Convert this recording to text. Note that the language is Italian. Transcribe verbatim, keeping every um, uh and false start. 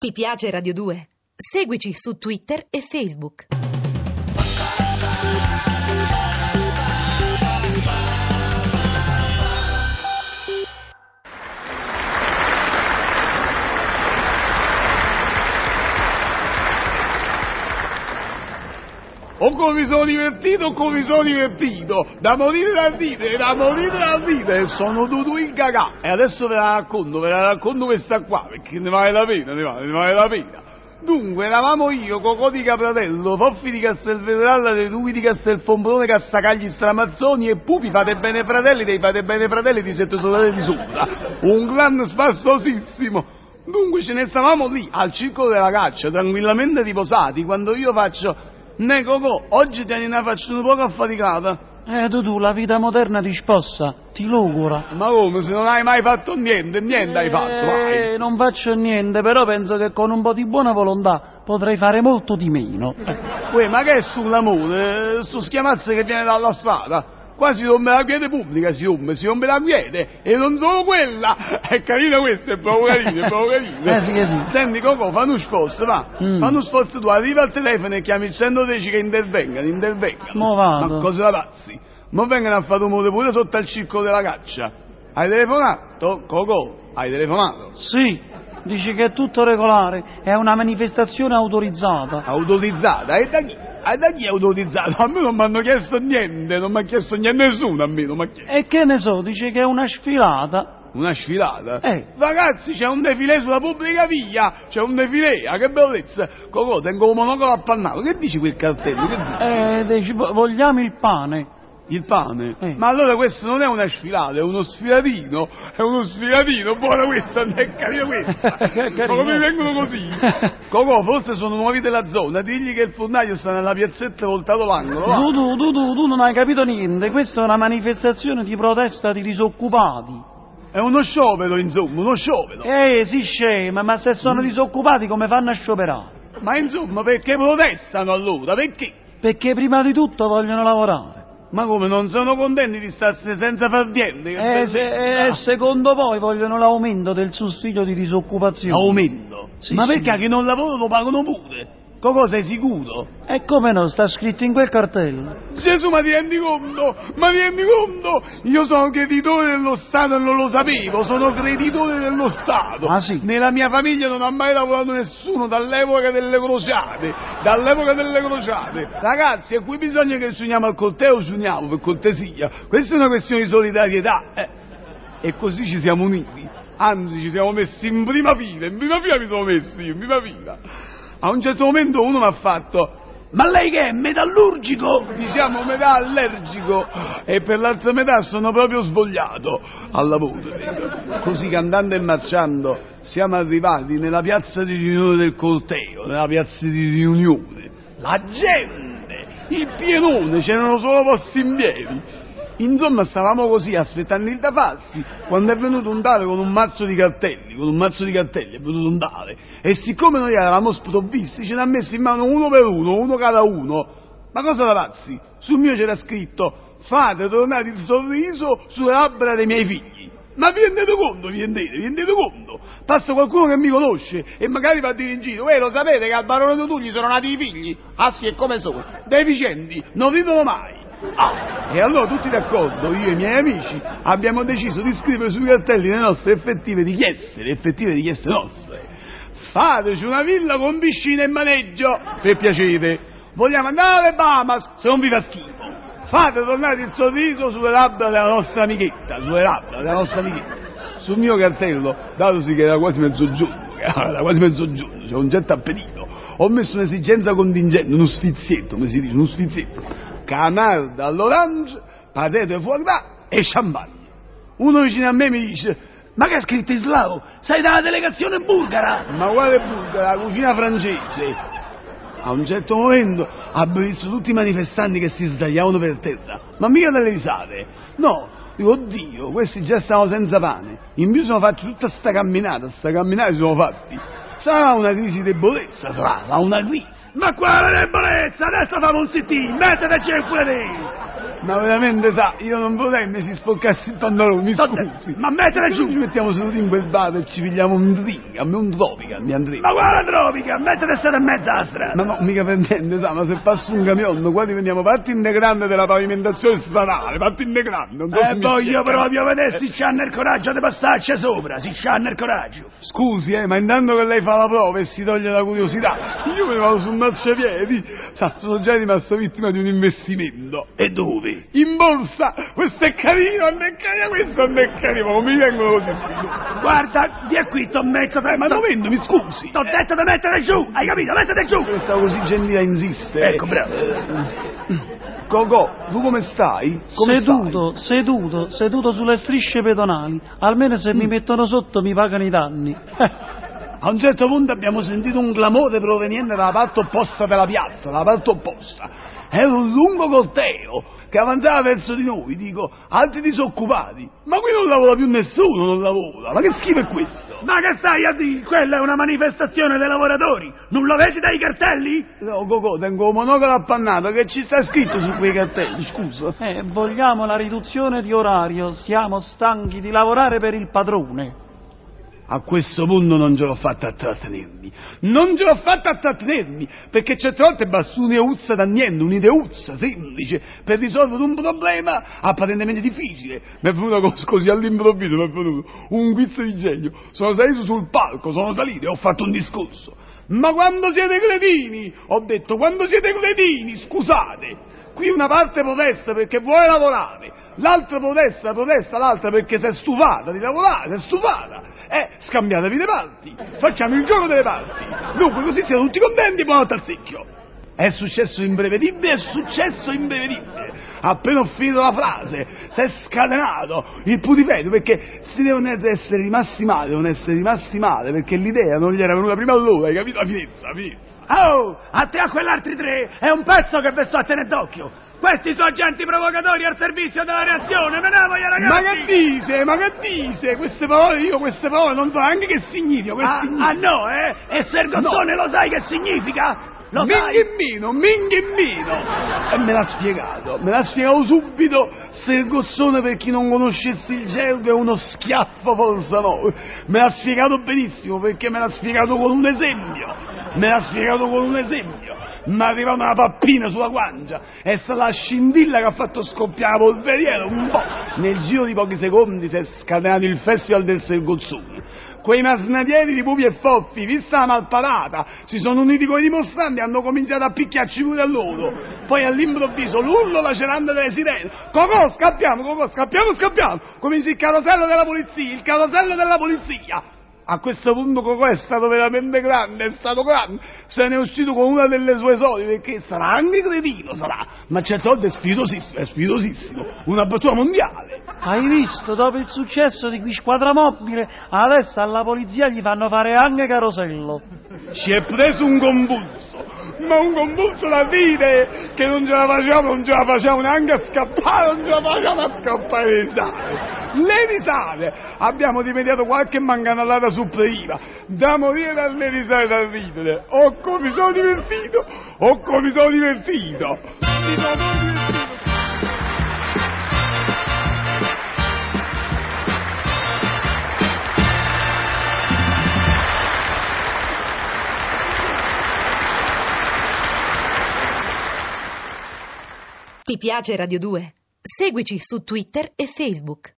Ti piace Radio due? Seguici su Twitter e Facebook. O come mi sono divertito o come mi sono divertito, da morire da ridere, da morire da ridere, sono dovuto in cagà. E adesso ve la racconto, ve la racconto questa qua, perché ne vale la pena, ne vale, ne vale la pena. Dunque, eravamo io, Cocò di Capratello, Foffi di Castelvetralla, Redui di Castelfombrone, Cassacagli Stramazzoni e Pupi, fate bene fratelli, dei fate bene fratelli di sette sorelle di sopra. Un clan spassosissimo. Dunque, ce ne stavamo lì, al circolo della caccia, tranquillamente riposati, quando io faccio... Ne Cocò, oggi te ne faccio un poco affaticata. Eh, tu, tu, la vita moderna ti spossa, ti logora. Ma come, se non hai mai fatto niente, niente hai fatto, vai. Eh, non faccio niente, però penso che con un po' di buona volontà potrei fare molto di meno. Uè, ma che è sull'amore? Sto schiamazzo che viene dalla strada. Qua si rompe la quiete pubblica, si rompe, si rompe la quiete, e non solo quella. È carina questa, è proprio carina, è proprio carina. Eh sì che sì. Senti Cocò, fai uno sforzo, va. Mm. Fai uno sforzo tu, arriva al telefono e chiami il centododici che intervengano, intervengano. Mo vado. Ma cosa pazzi? Mo vengono a fare rumore pure sotto al circo della caccia. Hai telefonato? Cocò, hai telefonato? Sì, dici che è tutto regolare, è una manifestazione autorizzata. Autorizzata? E da chi? E da chi è autorizzato? A me non mi hanno chiesto niente, non mi ha chiesto niente nessuno, a me non mi ha chiesto. E che ne so, dice che è una sfilata. Una sfilata? Eh. Ragazzi, c'è un defilé sulla pubblica via, c'è un defilé, ah, che bellezza. Cocò, tengo un monocolo appannato, che dici quel cartello? Che dici? Eh, dici, vogliamo il pane. Il pane? Eh. Ma allora questo non è una sfilata, è uno sfilatino, è uno sfilatino, buona questa, non è carina questa. Ma come vengono così? Cocò, forse sono nuovi della zona, digli che il fornaio sta nella piazzetta voltato l'angolo, va. Tu, tu, tu, tu, tu non hai capito niente, questa è una manifestazione di protesta di disoccupati. È uno sciopero, insomma, uno sciopero. Eh, si scema, ma se sono Mm. disoccupati come fanno a scioperare? Ma insomma, perché protestano allora? Perché? Perché prima di tutto vogliono lavorare. Ma come, non sono contenti di starsi senza far niente? Che E bellezza. se, eh, secondo voi vogliono l'aumento del sussidio di disoccupazione? Aumento? Sì, Ma sì. perché a chi non lavora lo pagano pure? Cocò, sei sicuro? E come no, sta scritto in quel cartello. Gesù, ma ti rendi conto? Ma ti rendi conto? Io sono creditore dello Stato e non lo sapevo, sono creditore dello Stato. Ah, sì? Nella mia famiglia non ha mai lavorato nessuno dall'epoca delle crociate, dall'epoca delle crociate. Ragazzi, a cui bisogna che ci uniamo al corteo, ci uniamo, per cortesia. Questa è una questione di solidarietà. Eh. E così ci siamo uniti. Anzi, ci siamo messi in prima fila, in prima fila mi sono messi io, in prima fila. A un certo momento uno mi ha fatto: ma lei che è metallurgico? Diciamo metà allergico, e per l'altra metà sono proprio svogliato al lavoro. Così, cantando e marciando, siamo arrivati nella piazza di riunione del corteo, nella piazza di riunione. La gente, il pienone, c'erano solo posti in piedi. Insomma, stavamo così aspettando il da farsi, quando è venuto un tale con un mazzo di cartelli, con un mazzo di cartelli è venuto un tale, e siccome noi eravamo sprovvisti, ce ne ha messi in mano uno per uno, uno cada uno. Ma cosa ragazzi? Sul mio c'era scritto: fate tornare il sorriso sulle labbra dei miei figli. Ma vi rendete conto, vi rendete, vi rendete conto? Passa qualcuno che mi conosce e magari va a dire in giro: eh, lo sapete che al barone di Tugli sono nati i figli? Ah sì, e come sono? Deficienti, non ridono mai. Ah, e allora tutti d'accordo, io e i miei amici abbiamo deciso di scrivere sui cartelli le nostre effettive richieste, le effettive richieste nostre. Fateci una villa con piscina e maneggio, per piacere. Vogliamo andare alle Bahamas, se non vi fa schifo. Fate tornare il sorriso sulle labbra della nostra amichetta, sulle labbra della nostra amichetta. Sul mio cartello, datosi che era quasi mezzogiorno, che era quasi mezzogiorno, c'era un certo appetito, ho messo un'esigenza contingente, uno sfizietto, come si dice, uno sfizietto. Canarda all'orange, patete foie gras e champagne. Uno vicino a me mi dice: ma che ha scritto in slavo? Sei dalla delegazione bulgara? Ma quale bulgara? La cucina francese. A un certo momento abbiamo visto tutti i manifestanti che si sdraiavano per terra, ma mica delle risate. No, dico, oddio, questi già stavano senza pane. In più sono fatti tutta sta camminata, sta camminata si sono fatti. Sarà una crisi di debolezza, sarà una crisi. Ma quale debolezza? Adesso famo un sit-in, metteteci pure te! Ma veramente sa, io non vorrei che mi si spoccasse il pantalone, mi scusi. Ma mettere giù! Ci mettiamo seduti in quel bar e ci pigliamo un drink, a me un tropica, mi andremo. Ma quale tropica? Mettere stare in mezzo alla strada! Ma no, mica per niente, sa, ma se passa un camion, qua diventiamo parte integrante della pavimentazione stradale, parte integrante. Non so E se mi voglio spiega. proprio vedere se c'hanno il coraggio di passarci sopra, se c'hanno il coraggio. Scusi, eh, ma intanto che lei fa la prova e si toglie la curiosità, io me ne vado sul marciapiedi, sa, sono già rimasto vittima di un investimento. E dove? In borsa, questo è carino, non è carino, questo non è carino, ma come mi vengono così? Guarda, di qui t'ho messo... Eh, ma dove vendo, mi scusi? T'ho detto di mettere giù, hai capito? Mettete giù! Io stavo così gentile a insistere. Ecco, bravo. Cocò, tu come stai? Come seduto, seduto, seduto sulle strisce pedonali. Almeno se mi mettono sotto mi pagano i danni. A un certo punto abbiamo sentito un clamore proveniente dalla parte opposta della piazza, dalla parte opposta. Era un lungo corteo che avanzava verso di noi, dico, altri disoccupati. Ma qui non lavora più nessuno, non lavora. Ma che schifo è questo? Ma che stai a dire? Quella è una manifestazione dei lavoratori. Non lo vedi dai cartelli? No, Cocò, tengo un monocolo appannato, che ci sta scritto su quei cartelli, scusa. Eh, vogliamo la riduzione di orario, siamo stanchi di lavorare per il padrone. A questo punto non ce l'ho fatta a trattenermi, non ce l'ho fatta a trattenermi, perché certe volte basta un'ideuzza da niente, un'ideuzza semplice per risolvere un problema apparentemente difficile. Mi è venuta cos- così all'improvviso, mi è venuto un guizzo di genio, sono salito sul palco, sono salito e ho fatto un discorso. Ma quando siete cretini, ho detto, quando siete cretini, scusate, qui una parte protesta perché vuole lavorare, l'altra protesta, protesta l'altra perché si è stufata di lavorare, si è stufata. Eh, scambiatevi le parti, facciamo il gioco delle parti. Dunque, così siamo tutti contenti, buonanotte al secchio. È successo imprevedibile, è successo imprevedibile. Appena ho finito la frase, si è scatenato il putiferio, perché si devono essere rimasti male, devono essere rimasti male, perché l'idea non gli era venuta prima allora, hai capito? La finezza, la finezza. Oh, a te a quell'altri tre è un pezzo che vi sto a tenere d'occhio. Questi sono agenti provocatori al servizio della reazione, me ne voglio ragazzi! Ma che dice, ma che dice? Queste parole, io queste parole non so neanche che significa. Che Ah, significa. ah no, eh? E Sergozzone lo sai che significa? Lo sai? Minghimmino, minghimmino! E me l'ha spiegato, me l'ha spiegato subito. Sergozzone, per chi non conoscesse il gergo, è uno schiaffo forza no. Me l'ha spiegato benissimo, perché me l'ha spiegato con un esempio. Me l'ha spiegato con un esempio. Mi è arrivata una pappina sulla guancia, è stata la scintilla che ha fatto scoppiare la polveriera un po'. Nel giro di pochi secondi si è scatenato il festival del Sergozzone. Quei masnadieri di pupi e foffi, vista la malparata, si sono uniti con i dimostranti e hanno cominciato a picchiarci pure a loro. Poi all'improvviso l'urlo lacerante delle sirene. Cocò, scappiamo, Cocò, scappiamo, scappiamo. Comincia il carosello della polizia, il carosello della polizia. A questo punto Cocò è stato veramente grande, è stato grande, se ne è uscito con una delle sue solite, perché sarà anche cretino, sarà, ma certe volte è spiritosissimo, è spiritosissimo, una battuta mondiale. Hai visto, dopo il successo di qui Squadra Mobile, adesso alla polizia gli fanno fare anche carosello. Ci è preso un convulso, ma un convulso da dire che non ce la facciamo, non ce la facciamo neanche a scappare, non ce la facciamo a scappare le risate. Le risate, abbiamo rimediato qualche manganellata suppletiva, da morire dalle risate da ridere. Oh come mi sono divertito, oh come mi sono divertito, mi sono divertito. Ti piace Radio due? Seguici su Twitter e Facebook.